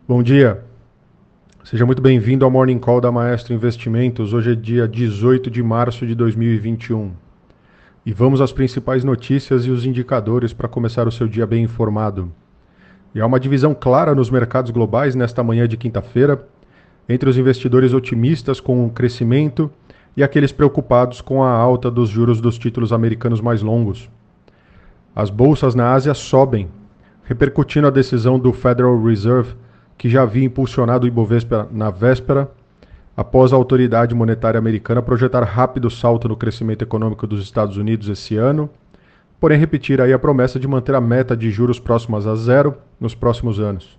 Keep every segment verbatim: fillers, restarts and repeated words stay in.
Bom dia, seja muito bem-vindo ao Morning Call da Maestro Investimentos. Hoje é dia dezoito de março de dois mil e vinte e um e vamos às principais notícias e os indicadores para começar o seu dia bem informado. E há uma divisão clara nos mercados globais nesta manhã de quinta-feira, entre os investidores otimistas com o crescimento e aqueles preocupados com a alta dos juros dos títulos americanos mais longos. As bolsas na Ásia sobem, repercutindo a decisão do Federal Reserve, que já havia impulsionado o Ibovespa na véspera, após a autoridade monetária americana projetar rápido salto no crescimento econômico dos Estados Unidos esse ano, porém repetir aí a promessa de manter a meta de juros próximas a zero nos próximos anos.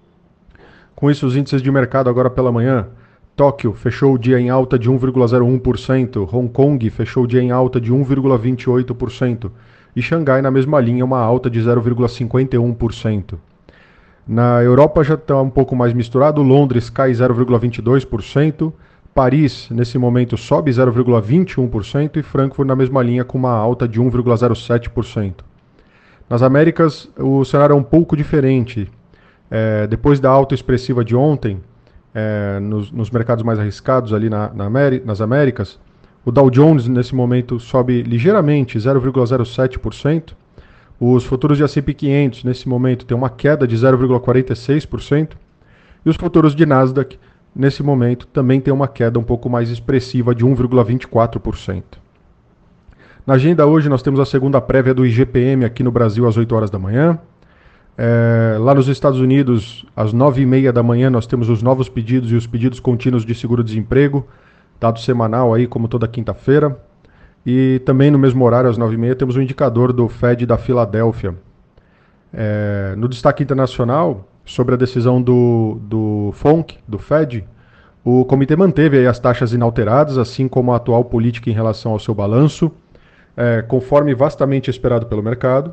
Com isso, os índices de mercado agora pela manhã: Tóquio fechou o dia em alta de um vírgula zero um por cento, Hong Kong fechou o dia em alta de um vírgula vinte e oito por cento e Xangai na mesma linha, uma alta de zero vírgula cinquenta e um por cento. Na Europa já está um pouco mais misturado, Londres cai zero vírgula vinte e dois por cento, Paris nesse momento sobe zero vírgula vinte e um por cento e Frankfurt na mesma linha com uma alta de um vírgula zero sete por cento. Nas Américas o cenário é um pouco diferente. É, depois da alta expressiva de ontem, é, nos, nos mercados mais arriscados ali na, na Ameri- nas Américas, o Dow Jones nesse momento sobe ligeiramente zero vírgula zero sete por cento. Os futuros de S e P quinhentos, nesse momento, têm uma queda de zero vírgula quarenta e seis por cento. E os futuros de Nasdaq, nesse momento, também têm uma queda um pouco mais expressiva de um vírgula vinte e quatro por cento. Na agenda hoje, nós temos a segunda prévia do I G P M aqui no Brasil às oito horas da manhã. É, lá nos Estados Unidos, às nove e meia da manhã, nós temos os novos pedidos e os pedidos contínuos de seguro-desemprego, dado semanal aí, como toda quinta-feira. E também no mesmo horário, às nove e meia, temos o indicador do Fed da Filadélfia. É, no destaque internacional, sobre a decisão do, do F O N C, do Fed, o comitê manteve aí as taxas inalteradas, assim como a atual política em relação ao seu balanço, é, conforme vastamente esperado pelo mercado.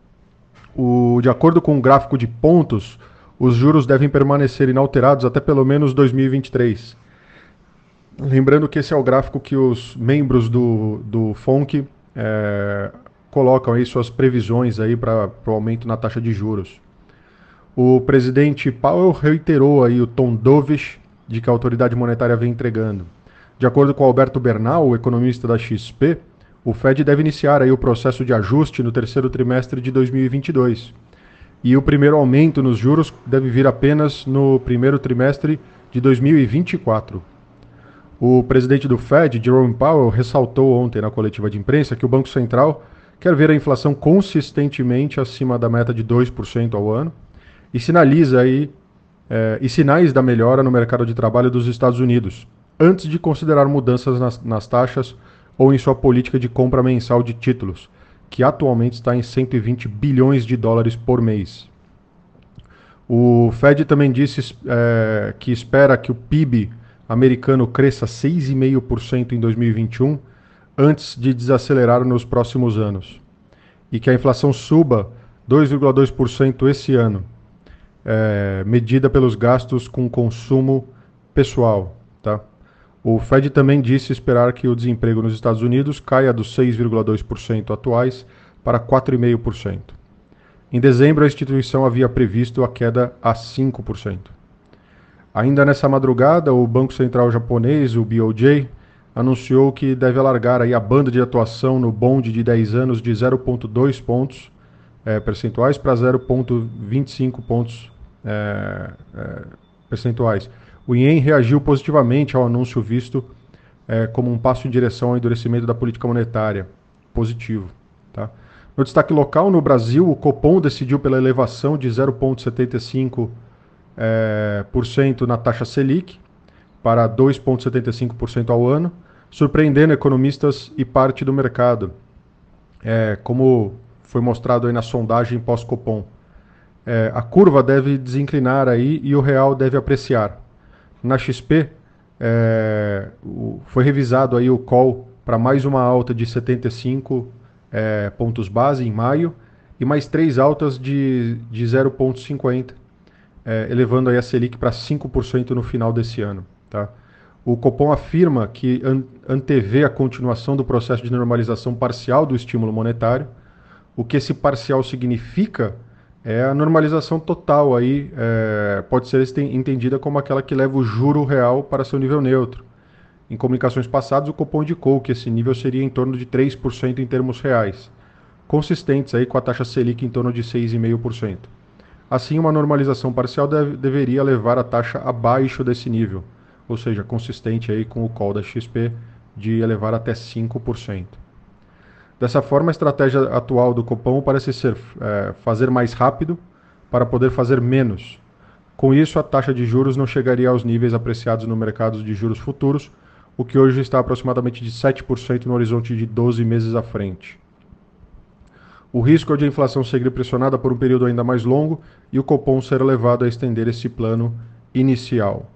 O, de acordo com o gráfico de pontos, os juros devem permanecer inalterados até pelo menos dois mil e vinte e três. Lembrando que esse é o gráfico que os membros do, do F O N C é, colocam aí suas previsões aí para o aumento na taxa de juros. O presidente Powell reiterou aí o tom dovish de que a autoridade monetária vem entregando. De acordo com Alberto Bernal, o economista da X P, o Fed deve iniciar aí o processo de ajuste no terceiro trimestre de dois mil e vinte e dois. E o primeiro aumento nos juros deve vir apenas no primeiro trimestre de dois mil e vinte e quatro. O presidente do Fed, Jerome Powell, ressaltou ontem na coletiva de imprensa que o Banco Central quer ver a inflação consistentemente acima da meta de dois por cento ao ano e sinaliza aí é, e sinais da melhora no mercado de trabalho dos Estados Unidos, antes de considerar mudanças nas, nas taxas ou em sua política de compra mensal de títulos, que atualmente está em cento e vinte bilhões de dólares por mês. O Fed também disse é, que espera que o P I B americano cresça seis vírgula cinco por cento em dois mil e vinte e um, antes de desacelerar nos próximos anos, e que a inflação suba dois vírgula dois por cento esse ano, é, medida pelos gastos com consumo pessoal. Tá? O Fed também disse esperar que o desemprego nos Estados Unidos caia dos seis vírgula dois por cento atuais para quatro vírgula cinco por cento. Em dezembro, a instituição havia previsto a queda a cinco por cento. Ainda nessa madrugada, o Banco Central japonês, o B O J, anunciou que deve alargar aí a banda de atuação no bonde de dez anos de zero vírgula dois pontos é, percentuais para zero vírgula vinte e cinco pontos é, é, percentuais. O ien reagiu positivamente ao anúncio visto é, como um passo em direção ao endurecimento da política monetária. Positivo. Tá? No destaque local, no Brasil, o Copom decidiu pela elevação de zero vírgula setenta e cinco É, por cento na taxa Selic para dois vírgula setenta e cinco por cento ao ano, surpreendendo economistas e parte do mercado, é, como foi mostrado aí na sondagem pós-Copom. É, a curva deve desinclinar aí e o real deve apreciar. Na X P, é, o, foi revisado aí o call para mais uma alta de setenta e cinco é, pontos base em maio e mais três altas de, de zero vírgula cinquenta. É, elevando aí a Selic para cinco por cento no final desse ano. Tá? O Copom afirma que an antevê a continuação do processo de normalização parcial do estímulo monetário. O que esse parcial significa é a normalização total aí, é, pode ser entendida como aquela que leva o juro real para seu nível neutro. Em comunicações passadas, o Copom indicou que esse nível seria em torno de três por cento em termos reais, consistentes aí com a taxa Selic em torno de seis vírgula cinco por cento. Assim, uma normalização parcial deve, deveria levar a taxa abaixo desse nível, ou seja, consistente aí com o call da X P de elevar até cinco por cento. Dessa forma, a estratégia atual do Copom parece ser é, fazer mais rápido para poder fazer menos. Com isso, a taxa de juros não chegaria aos níveis apreciados no mercado de juros futuros, o que hoje está aproximadamente de sete por cento no horizonte de doze meses à frente. O risco é de a inflação seguir pressionada por um período ainda mais longo e o Copom ser levado a estender esse plano inicial.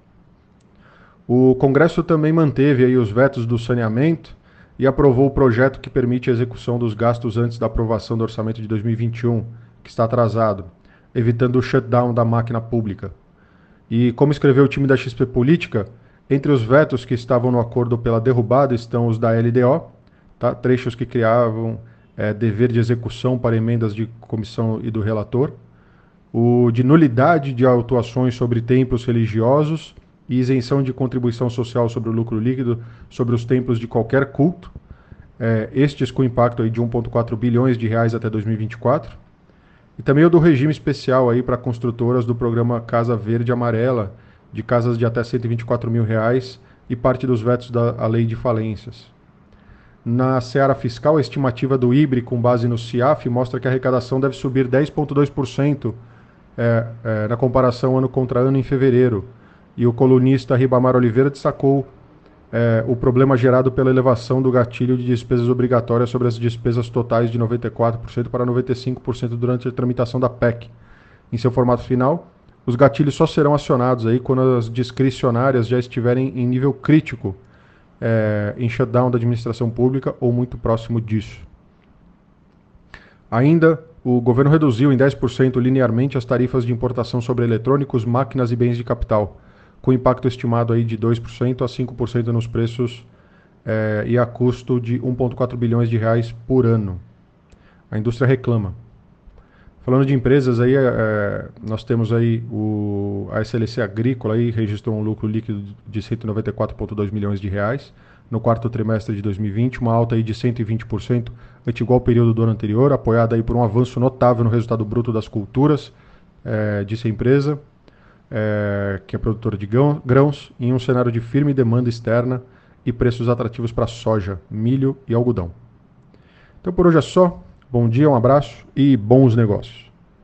O Congresso também manteve aí os vetos do saneamento e aprovou o projeto que permite a execução dos gastos antes da aprovação do orçamento de dois mil e vinte e um, que está atrasado, evitando o shutdown da máquina pública. E como escreveu o time da X P Política, entre os vetos que estavam no acordo pela derrubada estão os da L D O, tá? Trechos que criavam é, dever de execução para emendas de comissão e do relator, o de nulidade de autuações sobre templos religiosos e isenção de contribuição social sobre o lucro líquido sobre os templos de qualquer culto, é, estes com impacto aí de um vírgula quatro bilhões de reais até dois mil e vinte e quatro, e também o do regime especial aí para construtoras do programa Casa Verde Amarela, de casas de até cento e vinte e quatro mil reais e parte dos vetos da lei de falências. Na seara fiscal, a estimativa do I B R I com base no C I A F mostra que a arrecadação deve subir dez vírgula dois por cento é, é, na comparação ano contra ano em fevereiro. E o colunista Ribamar Oliveira destacou é, o problema gerado pela elevação do gatilho de despesas obrigatórias sobre as despesas totais de noventa e quatro por cento para noventa e cinco por cento durante a tramitação da P E C. Em seu formato final, os gatilhos só serão acionados aí quando as discricionárias já estiverem em nível crítico, é, em shutdown da administração pública ou muito próximo disso. Ainda, o governo reduziu em dez por cento linearmente as tarifas de importação sobre eletrônicos, máquinas e bens de capital, com impacto estimado aí de dois por cento a cinco por cento nos preços é, e a custo de um vírgula quatro bilhões de reais por ano. A indústria reclama. Falando de empresas, aí, é, nós temos aí o, a S L C Agrícola, aí, registrou um lucro líquido de cento e noventa e quatro vírgula dois milhões de reais no quarto trimestre de dois mil e vinte, uma alta aí de cento e vinte por cento ante igual período do ano anterior, apoiada aí por um avanço notável no resultado bruto das culturas, é, disse a empresa, É, que é produtora de grãos, em um cenário de firme demanda externa e preços atrativos para soja, milho e algodão. Então por hoje é só. Bom dia, um abraço e bons negócios.